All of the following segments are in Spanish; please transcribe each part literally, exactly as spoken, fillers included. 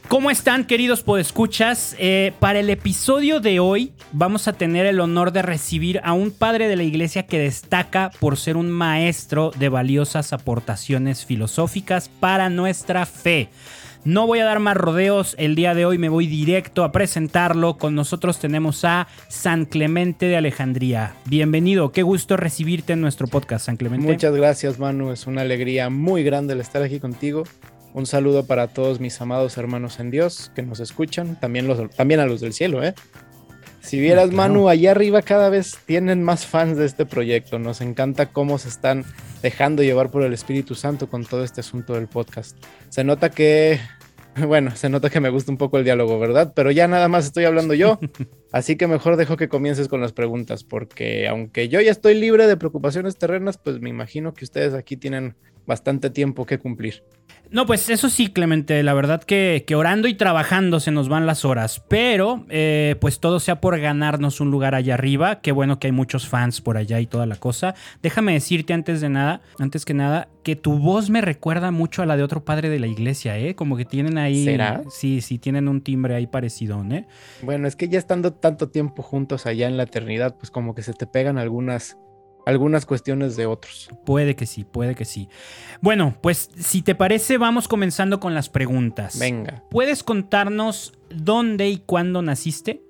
¿Cómo están, queridos podescuchas? Eh, para el episodio de hoy vamos a tener el honor de recibir a un padre de la iglesia que destaca por ser un maestro de valiosas aportaciones filosóficas para nuestra fe. No voy a dar más rodeos, el día de hoy me voy directo a presentarlo. Con nosotros tenemos a San Clemente de Alejandría. Bienvenido, qué gusto recibirte en nuestro podcast, San Clemente. Muchas gracias, Manu, es una alegría muy grande el estar aquí contigo. Un saludo para todos mis amados hermanos en Dios que nos escuchan, también, los, también a los del cielo, ¿eh? Si vieras, sí, claro. Manu, allá arriba cada vez tienen más fans de este proyecto. Nos encanta cómo se están dejando llevar por el Espíritu Santo con todo este asunto del podcast. Se nota que, bueno, se nota que me gusta un poco el diálogo, ¿verdad? Pero ya nada más estoy hablando yo, así que mejor dejo que comiences con las preguntas, porque aunque yo ya estoy libre de preocupaciones terrenas, pues me imagino que ustedes aquí tienen bastante tiempo que cumplir. No, pues eso sí, Clemente, la verdad que, que orando y trabajando se nos van las horas, pero eh, pues todo sea por ganarnos un lugar allá arriba. Qué bueno que hay muchos fans por allá y toda la cosa. Déjame decirte antes de nada, antes que nada, que tu voz me recuerda mucho a la de otro padre de la iglesia, ¿eh? Como que tienen ahí... ¿Será? Sí, sí, tienen un timbre ahí parecido, ¿eh? Bueno, es que ya estando tanto tiempo juntos allá en la eternidad, pues como que se te pegan algunas... algunas cuestiones de otros. Puede que sí, puede que sí. Bueno, pues si te parece, vamos comenzando con las preguntas. Venga. ¿Puedes contarnos dónde y cuándo naciste?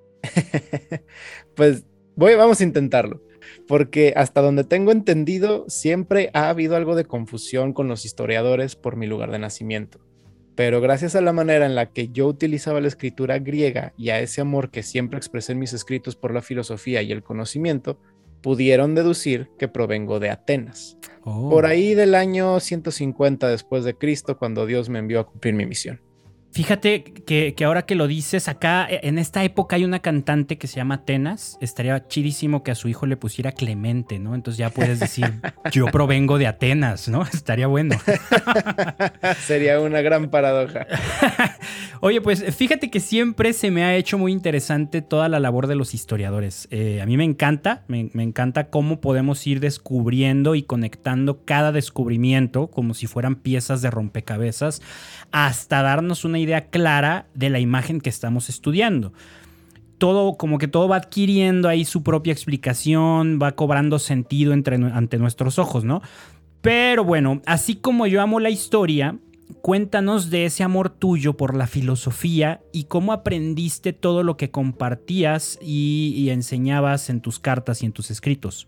Pues voy, vamos a intentarlo, porque hasta donde tengo entendido, siempre ha habido algo de confusión con los historiadores por mi lugar de nacimiento. Pero gracias a la manera en la que yo utilizaba la escritura griega y a ese amor que siempre expresé en mis escritos por la filosofía y el conocimiento, pudieron deducir que provengo de Atenas. Oh. Por ahí del año ciento cincuenta después de Cristo, cuando Dios me envió a cumplir mi misión. Fíjate que, que ahora que lo dices, acá en esta época hay una cantante que se llama Atenas. Estaría chidísimo que a su hijo le pusiera Clemente, ¿no? Entonces ya puedes decir, yo provengo de Atenas, ¿no? Estaría bueno. Sería una gran paradoja. Oye, pues fíjate que siempre se me ha hecho muy interesante toda la labor de los historiadores. Eh, a mí me encanta, me, me encanta cómo podemos ir descubriendo y conectando cada descubrimiento como si fueran piezas de rompecabezas hasta darnos una idea clara de la imagen que estamos estudiando. Todo, como que todo va adquiriendo ahí su propia explicación, va cobrando sentido entre, ante nuestros ojos, ¿no? Pero bueno, así como yo amo la historia, cuéntanos de ese amor tuyo por la filosofía y cómo aprendiste todo lo que compartías y, y enseñabas en tus cartas y en tus escritos.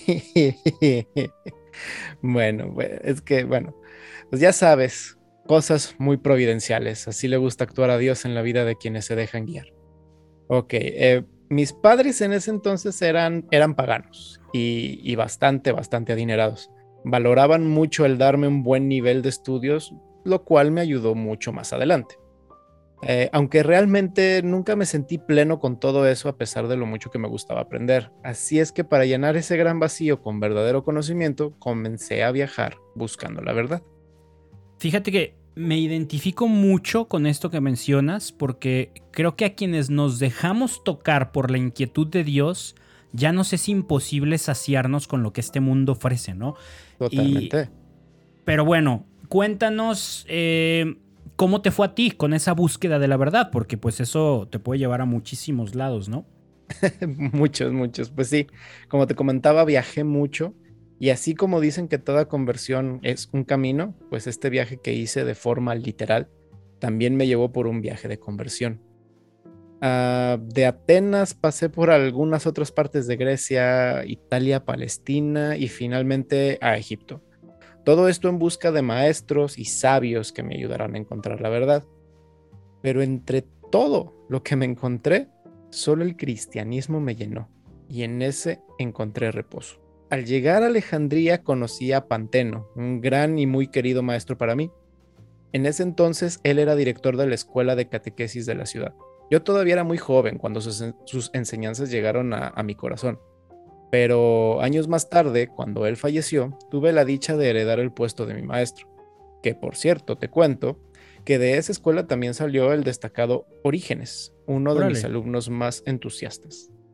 Bueno, es que, bueno, pues ya sabes, cosas muy providenciales. Así le gusta actuar a Dios en la vida de quienes se dejan guiar. Ok, eh, mis padres en ese entonces eran, eran paganos y, y bastante, bastante adinerados. Valoraban mucho el darme un buen nivel de estudios, lo cual me ayudó mucho más adelante. Eh, aunque realmente nunca me sentí pleno con todo eso a pesar de lo mucho que me gustaba aprender. Así es que para llenar ese gran vacío con verdadero conocimiento, comencé a viajar buscando la verdad. Fíjate que me identifico mucho con esto que mencionas porque creo que a quienes nos dejamos tocar por la inquietud de Dios, ya nos es imposible saciarnos con lo que este mundo ofrece, ¿no? Totalmente. Y, pero bueno, cuéntanos eh, cómo te fue a ti con esa búsqueda de la verdad, porque pues eso te puede llevar a muchísimos lados, ¿no? muchos, muchos. Pues sí, como te comentaba, viajé mucho. Y así como dicen que toda conversión es un camino, pues este viaje que hice de forma literal también me llevó por un viaje de conversión. Uh, de Atenas pasé por algunas otras partes de Grecia, Italia, Palestina y finalmente a Egipto. Todo esto en busca de maestros y sabios que me ayudaran a encontrar la verdad. Pero entre todo lo que me encontré, solo el cristianismo me llenó y en ese encontré reposo. Al llegar a Alejandría conocí a Panteno, un gran y muy querido maestro para mí. En ese entonces él era director de la escuela de catequesis de la ciudad. Yo todavía era muy joven cuando sus, sus enseñanzas llegaron a, a mi corazón. Pero años más tarde, cuando él falleció, tuve la dicha de heredar el puesto de mi maestro. Que por cierto, te cuento que de esa escuela también salió el destacado Orígenes, uno de Órale. mis alumnos más entusiastas.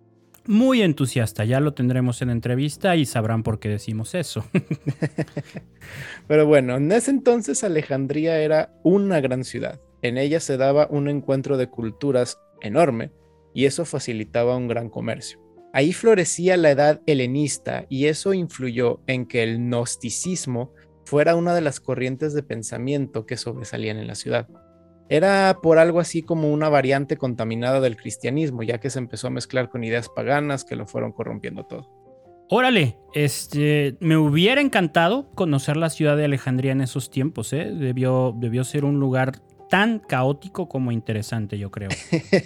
muy entusiasta. Ya lo tendremos en entrevista y sabrán por qué decimos eso. Pero bueno, en ese entonces Alejandría era una gran ciudad. En ella se daba un encuentro de culturas enorme y eso facilitaba un gran comercio. Ahí florecía la edad helenista y eso influyó en que el gnosticismo fuera una de las corrientes de pensamiento que sobresalían en la ciudad. Era por algo así como una variante contaminada del cristianismo, ya que se empezó a mezclar con ideas paganas que lo fueron corrompiendo todo. Órale, este, me hubiera encantado conocer la ciudad de Alejandría en esos tiempos, ¿eh? Debió, debió ser un lugar tan caótico como interesante, yo creo.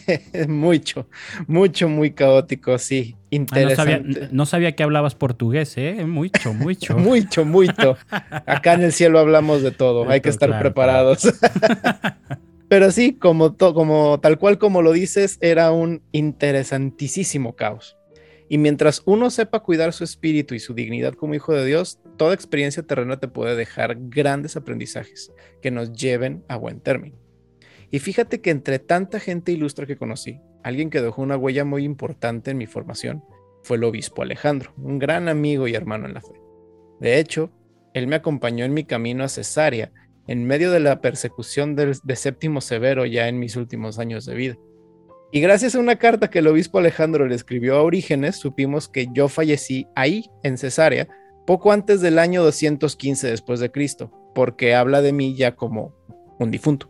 Mucho, mucho, muy caótico, sí. Ah, no sabía, Interesante. no sabía que hablabas portugués, ¿eh? Mucho, mucho. Mucho, mucho. Acá en el cielo hablamos de todo, hay que Esto, estar claro, preparados. claro. Pero sí, como, to- como tal cual como lo dices, era un interesantísimo caos. Y mientras uno sepa cuidar su espíritu y su dignidad como hijo de Dios, toda experiencia terrena te puede dejar grandes aprendizajes que nos lleven a buen término. Y fíjate que entre tanta gente ilustre que conocí, alguien que dejó una huella muy importante en mi formación fue el obispo Alejandro, un gran amigo y hermano en la fe. De hecho, él me acompañó en mi camino a Cesarea, en medio de la persecución del, de Séptimo Severo ya en mis últimos años de vida. Y gracias a una carta que el obispo Alejandro le escribió a Orígenes, supimos que yo fallecí ahí, en Cesarea, poco antes del año doscientos quince después de Cristo, porque habla de mí ya como un difunto.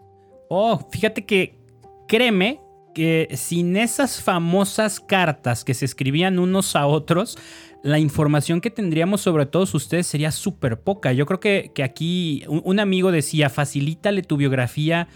Oh, fíjate que, créeme, que sin esas famosas cartas que se escribían unos a otros, la información que tendríamos sobre todos ustedes sería súper poca. Yo creo que, que aquí un, un amigo decía, facilítale tu biografía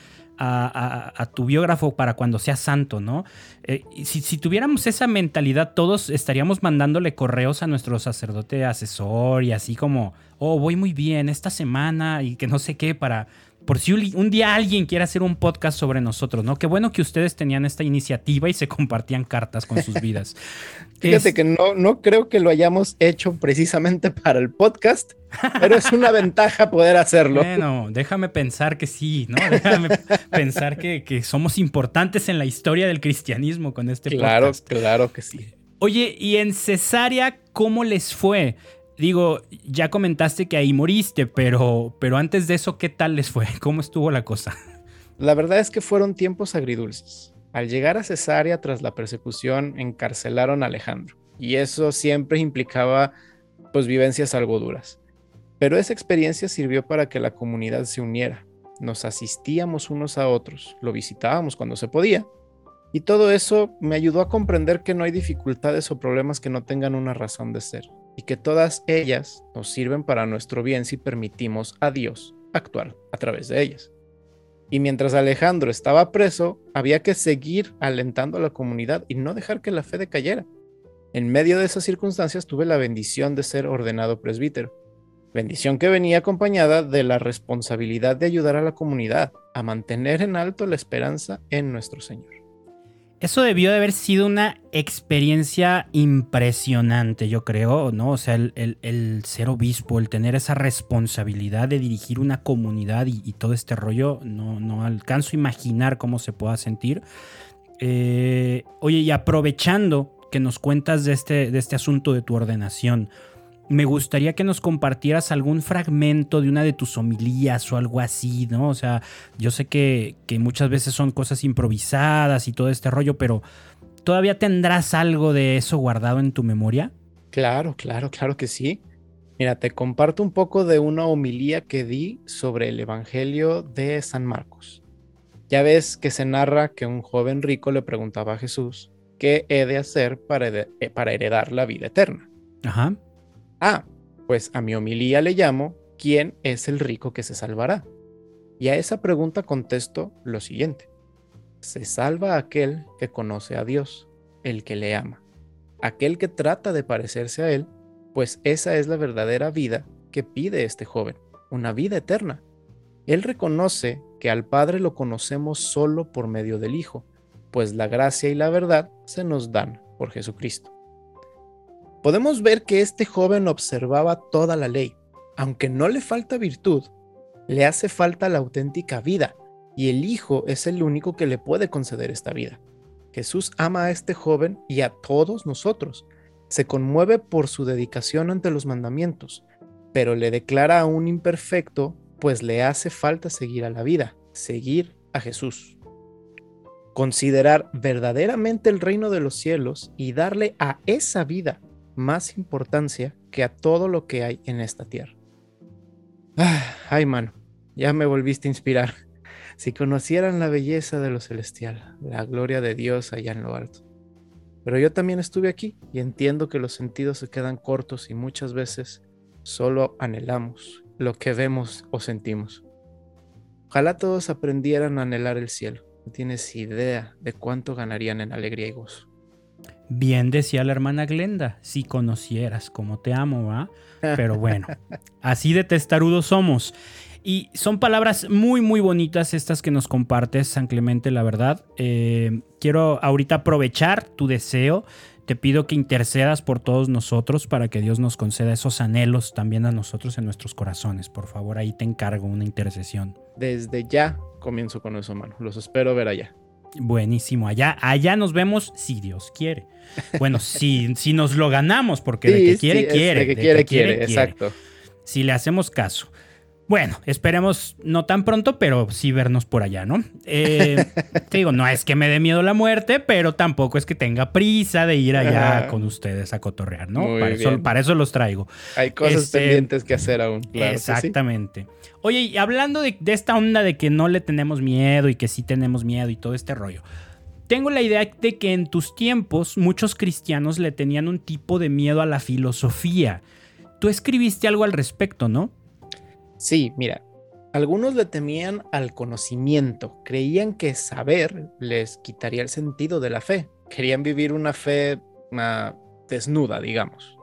a, a, a tu biógrafo para cuando sea santo, ¿no? Eh, si, si tuviéramos esa mentalidad, todos estaríamos mandándole correos a nuestro sacerdote asesor y así como, oh, voy muy bien esta semana y que no sé qué para... Por si un, un día alguien quiere hacer un podcast sobre nosotros, ¿no? Qué bueno que ustedes tenían esta iniciativa y se compartían cartas con sus vidas. Fíjate Es... que no, no creo que lo hayamos hecho precisamente para el podcast, pero es una ventaja poder hacerlo. Bueno, déjame pensar que sí, ¿no? Déjame pensar que, que somos importantes en la historia del cristianismo con este Claro, podcast. claro que sí. Oye, y en Cesarea, ¿cómo les fue? Digo, ya comentaste que ahí moriste, pero, pero antes de eso, ¿qué tal les fue? ¿Cómo estuvo la cosa? La verdad es que fueron tiempos agridulces. Al llegar a Cesarea tras la persecución, encarcelaron a Alejandro, y eso siempre implicaba, pues, vivencias algo duras. Pero esa experiencia sirvió para que la comunidad se uniera. Nos asistíamos unos a otros, lo visitábamos cuando se podía, y todo eso me ayudó a comprender que no hay dificultades o problemas que no tengan una razón de ser, y que todas ellas nos sirven para nuestro bien si permitimos a Dios actuar a través de ellas. Y mientras Alejandro estaba preso, había que seguir alentando a la comunidad y no dejar que la fe decayera. En medio de esas circunstancias tuve la bendición de ser ordenado presbítero, bendición que venía acompañada de la responsabilidad de ayudar a la comunidad a mantener en alto la esperanza en nuestro Señor. Eso debió de haber sido una experiencia impresionante, yo creo, ¿no? O sea, el, el, el ser obispo, el tener esa responsabilidad de dirigir una comunidad y, y todo este rollo, no, no alcanzo a imaginar cómo se pueda sentir. Eh, oye, y aprovechando que nos cuentas de este, de este asunto de tu ordenación, me gustaría que nos compartieras algún fragmento de una de tus homilías o algo así, ¿no? O sea, yo sé que, que muchas veces son cosas improvisadas y todo este rollo, pero ¿todavía tendrás algo de eso guardado en tu memoria? Claro, claro, claro que sí. Mira, te comparto un poco de una homilía que di sobre el Evangelio de San Marcos. Ya ves que se narra que un joven rico le preguntaba a Jesús qué he de hacer para, de, para heredar la vida eterna. Ajá. Ah, pues a mi homilía le llamo ¿quién es el rico que se salvará? Y a esa pregunta contesto lo siguiente: se salva aquel que conoce a Dios, el que le ama, aquel que trata de parecerse a él, pues esa es la verdadera vida que pide este joven, una vida eterna. Él reconoce que al Padre lo conocemos solo por medio del Hijo, pues la gracia y la verdad se nos dan por Jesucristo. Podemos ver que este joven observaba toda la ley. Aunque no le falta virtud, le hace falta la auténtica vida, y el Hijo es el único que le puede conceder esta vida. Jesús ama a este joven y a todos nosotros. Se conmueve por su dedicación ante los mandamientos, pero le declara a un imperfecto, pues le hace falta seguir a la vida, seguir a Jesús. Considerar verdaderamente el reino de los cielos y darle a esa vida más importancia que a todo lo que hay en esta tierra. Ah, ay, mano, ya me volviste a inspirar. Si conocieran la belleza de lo celestial, la gloria de Dios allá en lo alto. Pero yo también estuve aquí y entiendo que los sentidos se quedan cortos y muchas veces solo anhelamos lo que vemos o sentimos. Ojalá todos aprendieran a anhelar el cielo. No tienes idea de cuánto ganarían en alegría y gozo. Bien decía la hermana Glenda, si conocieras cómo te amo, ¿va? Pero bueno, así de testarudos somos. Y son palabras muy, muy bonitas estas que nos compartes, San Clemente, la verdad. Eh, quiero ahorita aprovechar tu deseo. Te pido que intercedas por todos nosotros para que Dios nos conceda esos anhelos también a nosotros en nuestros corazones. Por favor, ahí te encargo una intercesión. Desde ya comienzo con eso, mano. Los espero ver allá. Buenísimo, allá, allá nos vemos si Dios quiere. Bueno, si, si nos lo ganamos, porque Sí, de que quiere, sí, es quiere. de que de quiere, que quiere, quiere, quiere. exacto. Si le hacemos caso. Bueno, esperemos no tan pronto, pero sí vernos por allá, ¿no? Eh, te digo, no es que me dé miedo la muerte, pero tampoco es que tenga prisa de ir allá Ajá. con ustedes a cotorrear, ¿no? Muy Para eso, bien. para eso los traigo. Hay cosas Este, pendientes que hacer aún, claro. que sí. Exactamente. Oye, y hablando de, de esta onda de que no le tenemos miedo y que sí tenemos miedo y todo este rollo. Tengo la idea de que en tus tiempos muchos cristianos le tenían un tipo de miedo a la filosofía. Tú escribiste algo al respecto, ¿no? Sí, mira, algunos le temían al conocimiento, creían que saber les quitaría el sentido de la fe, querían vivir una fe uh, desnuda, digamos.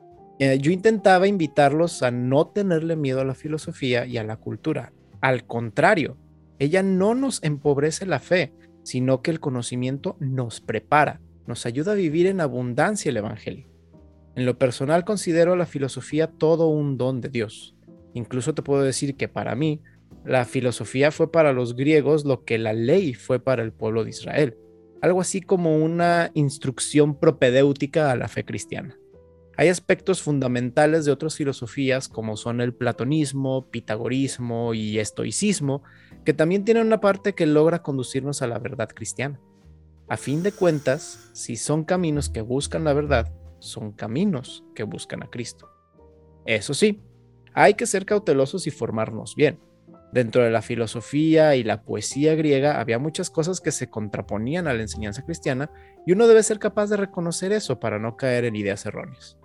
Eh, yo intentaba invitarlos a no tenerle miedo a la filosofía y a la cultura. Al contrario, ella no nos empobrece la fe, sino que el conocimiento nos prepara, nos ayuda a vivir en abundancia el evangelio. En lo personal considero la filosofía todo un don de Dios. Incluso te puedo decir que para mí, la filosofía fue para los griegos lo que la ley fue para el pueblo de Israel. Algo así como una instrucción propedéutica a la fe cristiana. Hay aspectos fundamentales de otras filosofías como son el platonismo, pitagorismo y estoicismo, que también tienen una parte que logra conducirnos a la verdad cristiana. A fin de cuentas, si son caminos que buscan la verdad, son caminos que buscan a Cristo. Eso sí, hay que ser cautelosos y formarnos bien. Dentro de la filosofía y la poesía griega había muchas cosas que se contraponían a la enseñanza cristiana y uno debe ser capaz de reconocer eso para no caer en ideas erróneas.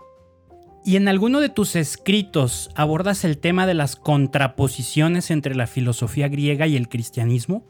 ¿Y en alguno de tus escritos abordas el tema de las contraposiciones entre la filosofía griega y el cristianismo?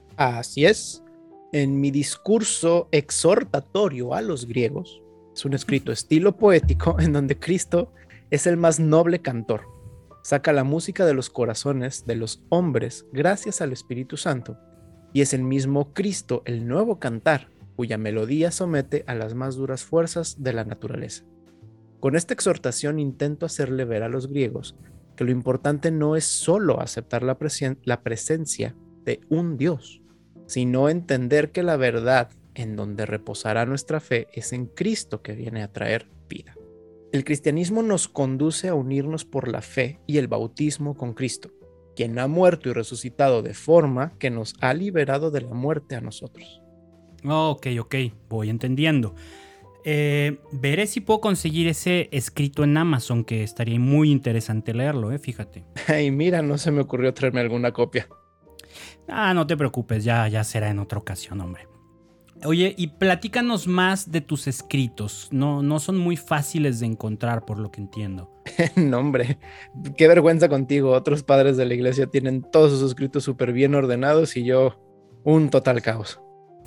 Así es. En mi discurso exhortatorio a los griegos, es un escrito estilo poético en donde Cristo es el más noble cantor. Saca la música de los corazones de los hombres gracias al Espíritu Santo, y es el mismo Cristo el nuevo cantar, cuya melodía somete a las más duras fuerzas de la naturaleza. Con esta exhortación intento hacerle ver a los griegos que lo importante no es solo aceptar la, presen- la presencia de un Dios, sino entender que la verdad en donde reposará nuestra fe es en Cristo que viene a traer vida. El cristianismo nos conduce a unirnos por la fe y el bautismo con Cristo, quien ha muerto y resucitado de forma que nos ha liberado de la muerte a nosotros. Ok, ok, voy entendiendo. Eh, veré si puedo conseguir ese escrito en Amazon, que estaría muy interesante leerlo, eh, fíjate. Ay, mira, no se me ocurrió traerme alguna copia. Ah, no te preocupes, ya, ya será en otra ocasión, hombre. Oye, y platícanos más de tus escritos. No, no son muy fáciles de encontrar, por lo que entiendo. No, hombre, qué vergüenza contigo. Otros padres de la iglesia tienen todos sus escritos súper bien ordenados y yo un total caos.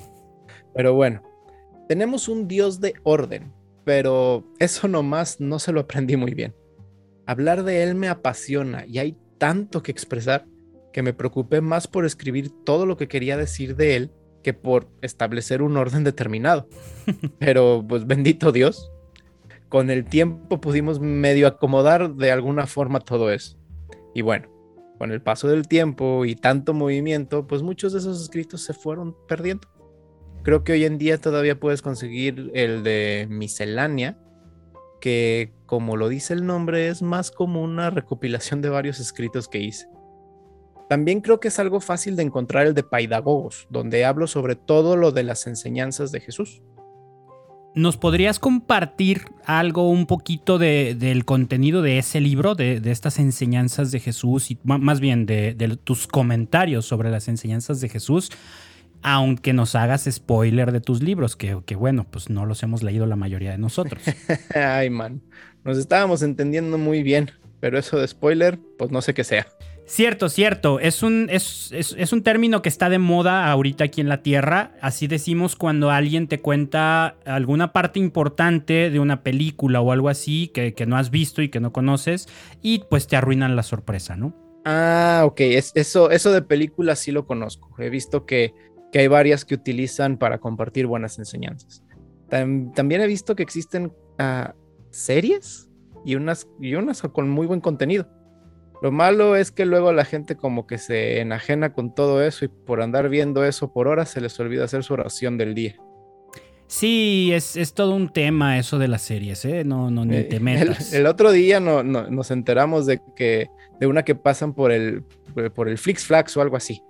Pero bueno, tenemos un Dios de orden, pero eso nomás no se lo aprendí muy bien. Hablar de él me apasiona y hay tanto que expresar que me preocupé más por escribir todo lo que quería decir de él que por establecer un orden determinado. Pero pues bendito Dios, con el tiempo pudimos medio acomodar de alguna forma todo eso. Y bueno, con el paso del tiempo y tanto movimiento, pues muchos de esos escritos se fueron perdiendo. Creo que hoy en día todavía puedes conseguir el de Miscelánea, que como lo dice el nombre, es más como una recopilación de varios escritos que hice. También creo que es algo fácil de encontrar el de Paidagogos, donde hablo sobre todo lo de las enseñanzas de Jesús. ¿Nos podrías compartir algo un poquito de, del contenido de ese libro, de, de estas enseñanzas de Jesús, y más bien de, de tus comentarios sobre las enseñanzas de Jesús, aunque nos hagas spoiler de tus libros, que, que bueno, pues no los hemos leído la mayoría de nosotros? Ay, man, nos estábamos entendiendo muy bien, pero eso de spoiler, pues no sé qué sea. Cierto, cierto. Es un, es, es, es un término que está de moda ahorita aquí en la Tierra. Así decimos cuando alguien te cuenta alguna parte importante de una película o algo así que, que no has visto y que no conoces, y pues te arruinan la sorpresa, ¿no? Ah, ok, es, eso, eso de películas sí lo conozco. He visto que, que hay varias que utilizan para compartir buenas enseñanzas. Tam, también he visto que existen uh, series y unas, y unas con muy buen contenido. Lo malo es que luego la gente como que se enajena con todo eso y por andar viendo eso por horas se les olvida hacer su oración del día. Sí, es, es todo un tema eso de las series, ¿eh? No, no, ni te metas. El, el otro día no, no, nos enteramos de que de una que pasan por el, por el Flixflax o algo así.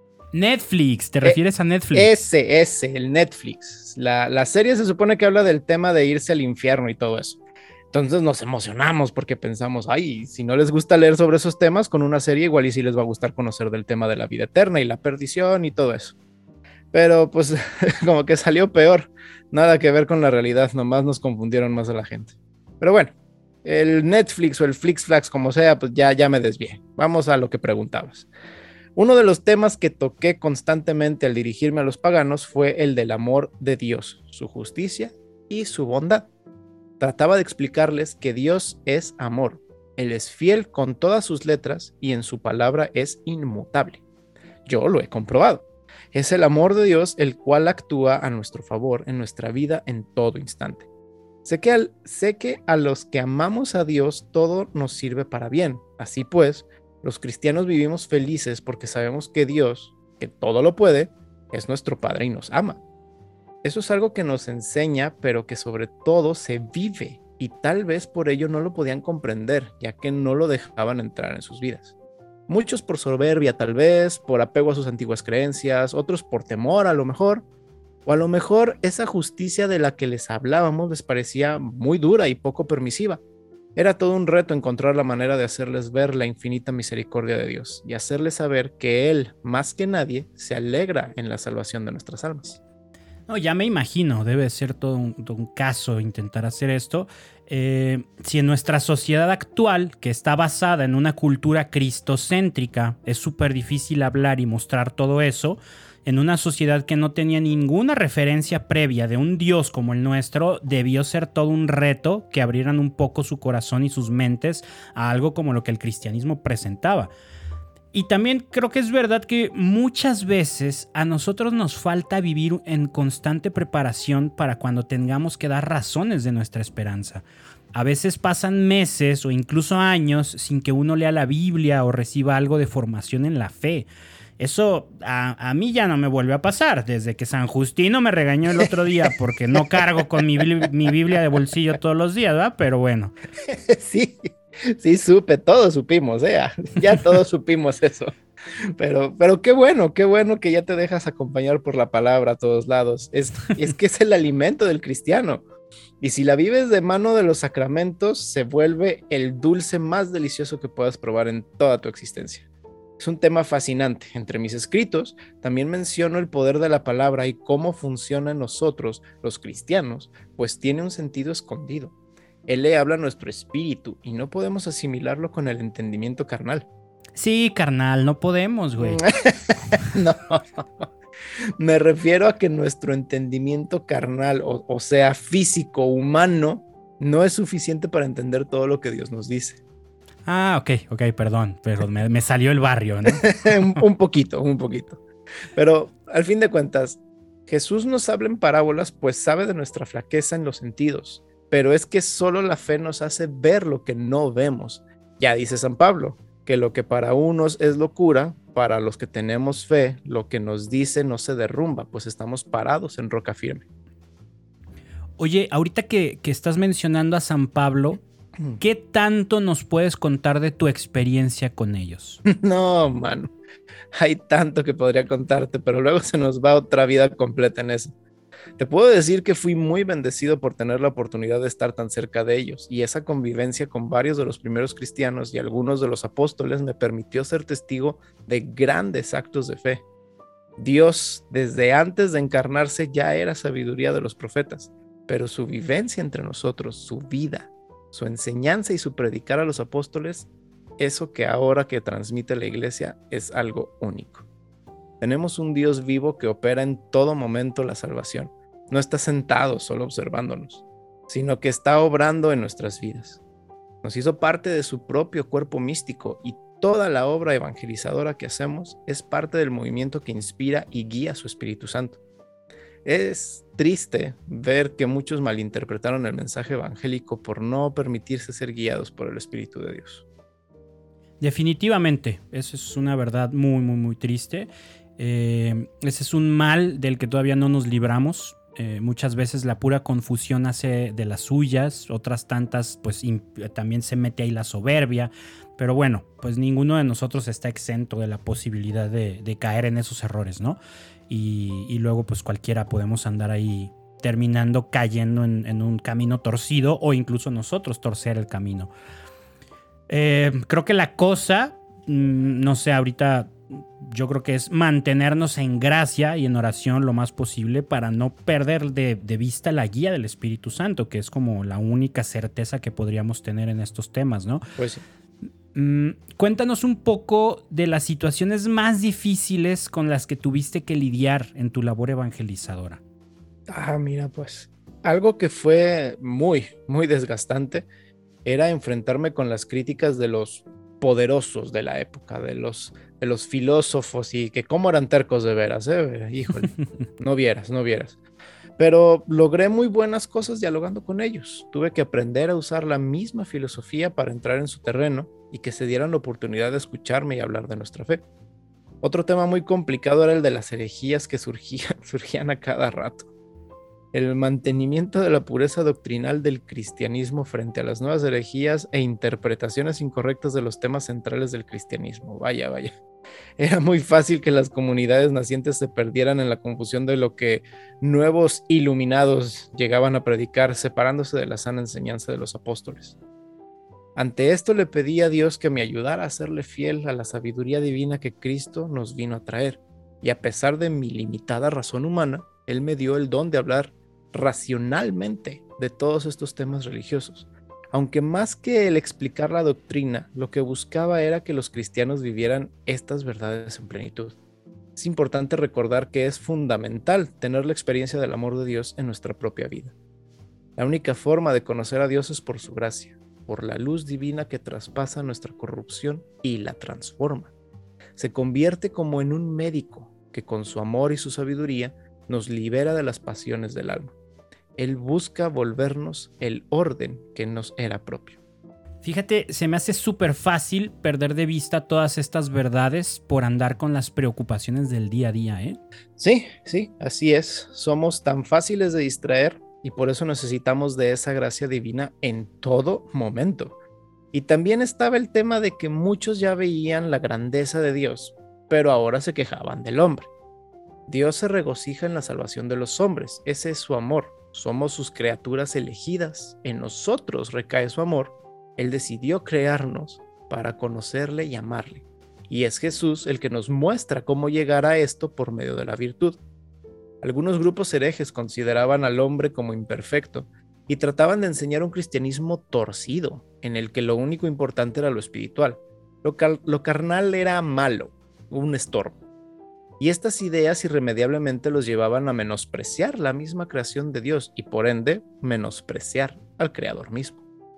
Netflix, ¿te refieres eh, a Netflix? Ese, ese, el Netflix. La, la serie se supone que habla del tema de irse al infierno y todo eso. Entonces nos emocionamos porque pensamos, ay, si no les gusta leer sobre esos temas, con una serie igual y sí les va a gustar conocer del tema de la vida eterna y la perdición y todo eso. Pero pues como que salió peor, nada que ver con la realidad, nomás nos confundieron más a la gente. Pero bueno, el Netflix o el Flixflax, como sea, pues ya, ya me desvié. Vamos a lo que preguntabas. Uno de los temas que toqué constantemente al dirigirme a los paganos fue el del amor de Dios, su justicia y su bondad. Trataba de explicarles que Dios es amor, Él es fiel con todas sus letras y en su palabra es inmutable. Yo lo he comprobado. Es el amor de Dios el cual actúa a nuestro favor en nuestra vida en todo instante. Sé que, al, sé que a los que amamos a Dios todo nos sirve para bien. Así pues, los cristianos vivimos felices porque sabemos que Dios, que todo lo puede, es nuestro Padre y nos ama. Eso es algo que nos enseña, pero que sobre todo se vive, y tal vez por ello no lo podían comprender, ya que no lo dejaban entrar en sus vidas. Muchos por soberbia tal vez, por apego a sus antiguas creencias, otros por temor a lo mejor, o a lo mejor esa justicia de la que les hablábamos les parecía muy dura y poco permisiva. Era todo un reto encontrar la manera de hacerles ver la infinita misericordia de Dios y hacerles saber que Él, más que nadie, se alegra en la salvación de nuestras almas. No, ya me imagino, debe ser todo un, todo un caso intentar hacer esto. Eh, si en nuestra sociedad actual, que está basada en una cultura cristocéntrica, es súper difícil hablar y mostrar todo eso, en una sociedad que no tenía ninguna referencia previa de un Dios como el nuestro, debió ser todo un reto que abrieran un poco su corazón y sus mentes a algo como lo que el cristianismo presentaba. Y también creo que es verdad que muchas veces a nosotros nos falta vivir en constante preparación para cuando tengamos que dar razones de nuestra esperanza. A veces pasan meses o incluso años sin que uno lea la Biblia o reciba algo de formación en la fe. Eso a, a mí ya no me vuelve a pasar, desde que San Justino me regañó el otro día porque no cargo con mi, mi Biblia de bolsillo todos los días, ¿verdad? Pero bueno. Sí. Sí, supe, todos supimos, ¿eh? Ya todos supimos eso. Pero, pero qué bueno, qué bueno que ya te dejas acompañar por la palabra a todos lados. Es, es que es el alimento del cristiano. Y si la vives de mano de los sacramentos, se vuelve el dulce más delicioso que puedas probar en toda tu existencia. Es un tema fascinante. Entre mis escritos, también menciono el poder de la palabra y cómo funciona en nosotros, los cristianos, pues tiene un sentido escondido. Él le habla a nuestro espíritu y no podemos asimilarlo con el entendimiento carnal. Sí, carnal, no podemos, güey. No, me refiero a que nuestro entendimiento carnal, o, o sea, físico, humano, no es suficiente para entender todo lo que Dios nos dice. Ah, ok, ok, perdón, pero me, me salió el barrio, ¿no? un, un poquito, un poquito. Pero al fin de cuentas, Jesús nos habla en parábolas, pues sabe de nuestra flaqueza en los sentidos. Pero es que solo la fe nos hace ver lo que no vemos. Ya dice San Pablo, que lo que para unos es locura, para los que tenemos fe, lo que nos dice no se derrumba, pues estamos parados en roca firme. Oye, ahorita que, que estás mencionando a San Pablo, ¿qué tanto nos puedes contar de tu experiencia con ellos? No, mano, hay tanto que podría contarte, pero luego se nos va otra vida completa en eso. Te puedo decir que fui muy bendecido por tener la oportunidad de estar tan cerca de ellos, y esa convivencia con varios de los primeros cristianos y algunos de los apóstoles me permitió ser testigo de grandes actos de fe. Dios, desde antes de encarnarse, ya era sabiduría de los profetas, pero su vivencia entre nosotros, su vida, su enseñanza y su predicar a los apóstoles, eso que ahora que transmite la iglesia es algo único. Tenemos un Dios vivo que opera en todo momento la salvación. No está sentado solo observándonos, sino que está obrando en nuestras vidas. Nos hizo parte de su propio cuerpo místico y toda la obra evangelizadora que hacemos es parte del movimiento que inspira y guía su Espíritu Santo. Es triste ver que muchos malinterpretaron el mensaje evangélico por no permitirse ser guiados por el Espíritu de Dios. Definitivamente, eso es una verdad muy, muy, muy triste. Eh, ese es un mal del que todavía no nos libramos. Eh, muchas veces la pura confusión hace de las suyas, otras tantas pues imp- también se mete ahí la soberbia, pero bueno, pues ninguno de nosotros está exento de la posibilidad de, de caer en esos errores, ¿no? Y, y luego pues cualquiera podemos andar ahí terminando cayendo en, en un camino torcido o incluso nosotros torcer el camino. Eh, creo que la cosa, mmm, no sé, ahorita yo creo que es mantenernos en gracia y en oración lo más posible para no perder de, de vista la guía del Espíritu Santo, que es como la única certeza que podríamos tener en estos temas, ¿no? Pues sí. Mm, cuéntanos un poco de las situaciones más difíciles con las que tuviste que lidiar en tu labor evangelizadora. Ah, mira, pues algo que fue muy, muy desgastante era enfrentarme con las críticas de los poderosos de la época, de los, de los filósofos, y que cómo eran tercos de veras, ¿eh? Híjole, no vieras, no vieras. Pero logré muy buenas cosas dialogando con ellos. Tuve que aprender a usar la misma filosofía para entrar en su terreno y que se dieran la oportunidad de escucharme y hablar de nuestra fe. Otro tema muy complicado era el de las herejías que surgían, surgían a cada rato. El mantenimiento de la pureza doctrinal del cristianismo frente a las nuevas herejías e interpretaciones incorrectas de los temas centrales del cristianismo. Vaya, vaya. Era muy fácil que las comunidades nacientes se perdieran en la confusión de lo que nuevos iluminados llegaban a predicar, separándose de la sana enseñanza de los apóstoles. Ante esto le pedí a Dios que me ayudara a serle fiel a la sabiduría divina que Cristo nos vino a traer, y a pesar de mi limitada razón humana, Él me dio el don de hablar racionalmente de todos estos temas religiosos, aunque más que el explicar la doctrina, lo que buscaba era que los cristianos vivieran estas verdades en plenitud. Es importante recordar que es fundamental tener la experiencia del amor de Dios en nuestra propia vida. La única forma de conocer a Dios es por su gracia, por la luz divina que traspasa nuestra corrupción y la transforma. Se convierte como en un médico que con su amor y su sabiduría nos libera de las pasiones del alma. Él busca volvernos el orden que nos era propio. Fíjate, se me hace súper fácil perder de vista todas estas verdades por andar con las preocupaciones del día a día, ¿eh? Sí, sí, así es. Somos tan fáciles de distraer y por eso necesitamos de esa gracia divina en todo momento. Y también estaba el tema de que muchos ya veían la grandeza de Dios, pero ahora se quejaban del hombre. Dios se regocija en la salvación de los hombres, ese es su amor. Somos sus criaturas elegidas, en nosotros recae su amor. Él decidió crearnos para conocerle y amarle. Y es Jesús el que nos muestra cómo llegar a esto por medio de la virtud. Algunos grupos herejes consideraban al hombre como imperfecto y trataban de enseñar un cristianismo torcido, en el que lo único importante era lo espiritual. Lo, cal- lo carnal era malo, un estorbo. Y estas ideas irremediablemente los llevaban a menospreciar la misma creación de Dios y por ende menospreciar al Creador mismo.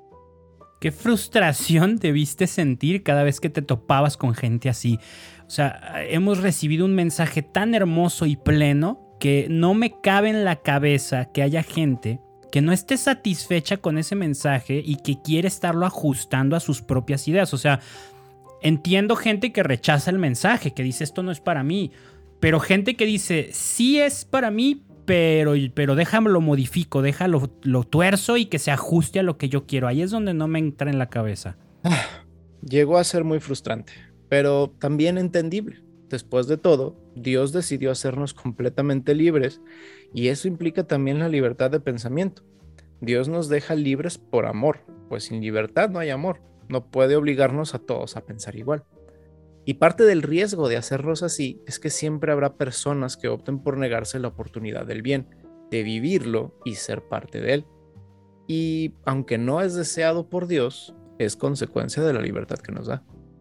Qué frustración debiste sentir cada vez que te topabas con gente así. O sea, hemos recibido un mensaje tan hermoso y pleno que no me cabe en la cabeza que haya gente que no esté satisfecha con ese mensaje y que quiere estarlo ajustando a sus propias ideas. O sea, entiendo gente que rechaza el mensaje, que dice esto no es para mí, pero gente que dice sí es para mí, pero, pero déjame lo modifico, déjalo lo tuerzo y que se ajuste a lo que yo quiero. Ahí es donde no me entra en la cabeza. Llegó a ser muy frustrante, pero también entendible. Después de todo, Dios decidió hacernos completamente libres y eso implica también la libertad de pensamiento. Dios nos deja libres por amor, pues sin libertad no hay amor. No puede obligarnos a todos a pensar igual. Y parte del riesgo de hacernos así es que siempre habrá personas que opten por negarse la oportunidad del bien, de vivirlo y ser parte de él. Y aunque no es deseado por Dios, es consecuencia de la libertad que nos da.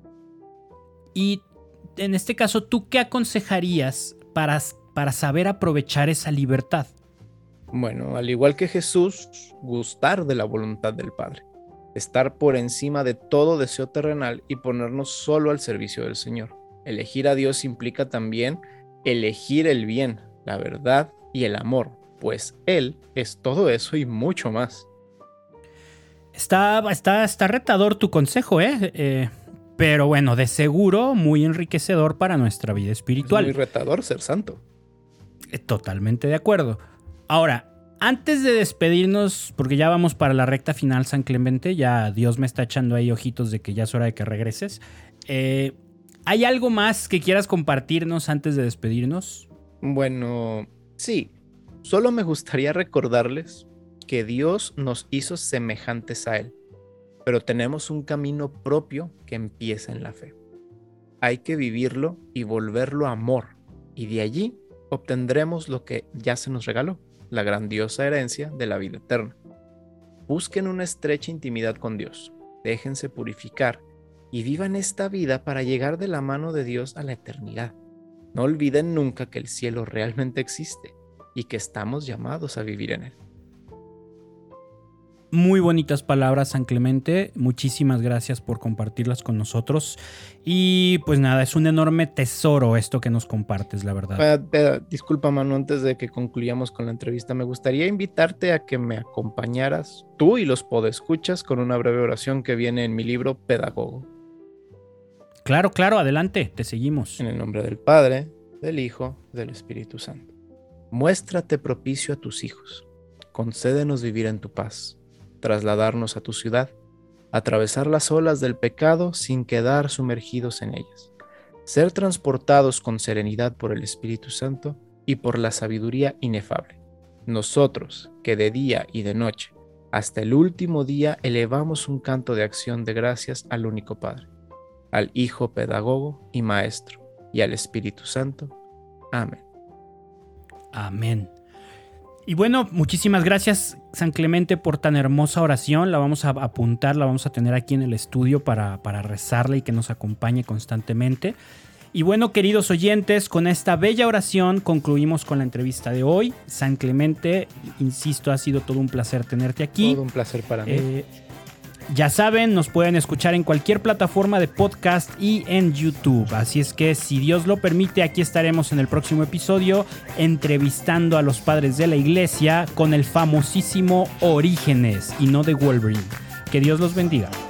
Y en este caso, ¿tú qué aconsejarías para, para saber aprovechar esa libertad? Bueno, al igual que Jesús, gustar de la voluntad del Padre. Estar por encima de todo deseo terrenal y ponernos solo al servicio del Señor. Elegir a Dios implica también elegir el bien, la verdad y el amor, pues Él es todo eso y mucho más. Está, está, está retador tu consejo, ¿eh? eh pero bueno, de seguro muy enriquecedor para nuestra vida espiritual. Es muy retador ser santo. Eh, totalmente de acuerdo. Ahora, antes de despedirnos, porque ya vamos para la recta final, San Clemente, ya Dios me está echando ahí ojitos de que ya es hora de que regreses. Eh, ¿Hay algo más que quieras compartirnos antes de despedirnos? Bueno, sí. Solo me gustaría recordarles que Dios nos hizo semejantes a Él, pero tenemos un camino propio que empieza en la fe. Hay que vivirlo y volverlo amor, y de allí obtendremos lo que ya se nos regaló, la grandiosa herencia de la vida eterna. Busquen una estrecha intimidad con Dios, déjense purificar y vivan esta vida para llegar de la mano de Dios a la eternidad. No olviden nunca que el cielo realmente existe y que estamos llamados a vivir en él. Muy bonitas palabras, San Clemente. Muchísimas gracias por compartirlas con nosotros. Y pues nada, es un enorme tesoro esto que nos compartes, la verdad. Uh, uh, disculpa, Manu, antes de que concluyamos con la entrevista, me gustaría invitarte a que me acompañaras, tú y los podescuchas, con una breve oración que viene en mi libro Pedagogo. Claro, claro, adelante, te seguimos. En el nombre del Padre, del Hijo, del Espíritu Santo. Muéstrate propicio a tus hijos. Concédenos vivir en tu paz. Trasladarnos a tu ciudad, atravesar las olas del pecado sin quedar sumergidos en ellas, ser transportados con serenidad por el Espíritu Santo y por la sabiduría inefable. Nosotros, que de día y de noche, hasta el último día, elevamos un canto de acción de gracias al único Padre, al Hijo Pedagogo y Maestro, y al Espíritu Santo. Amén. Amén. Y bueno, muchísimas gracias, San Clemente, por tan hermosa oración. La vamos a apuntar, la vamos a tener aquí en el estudio para, para rezarla y que nos acompañe constantemente. Y bueno, queridos oyentes, con esta bella oración concluimos con la entrevista de hoy. San Clemente, insisto, ha sido todo un placer tenerte aquí. Todo un placer para mí. Eh, Ya saben, nos pueden escuchar en cualquier plataforma de podcast y en YouTube. Así es que, si Dios lo permite, aquí estaremos en el próximo episodio entrevistando a los padres de la iglesia con el famosísimo Orígenes y no de Wolverine. Que Dios los bendiga.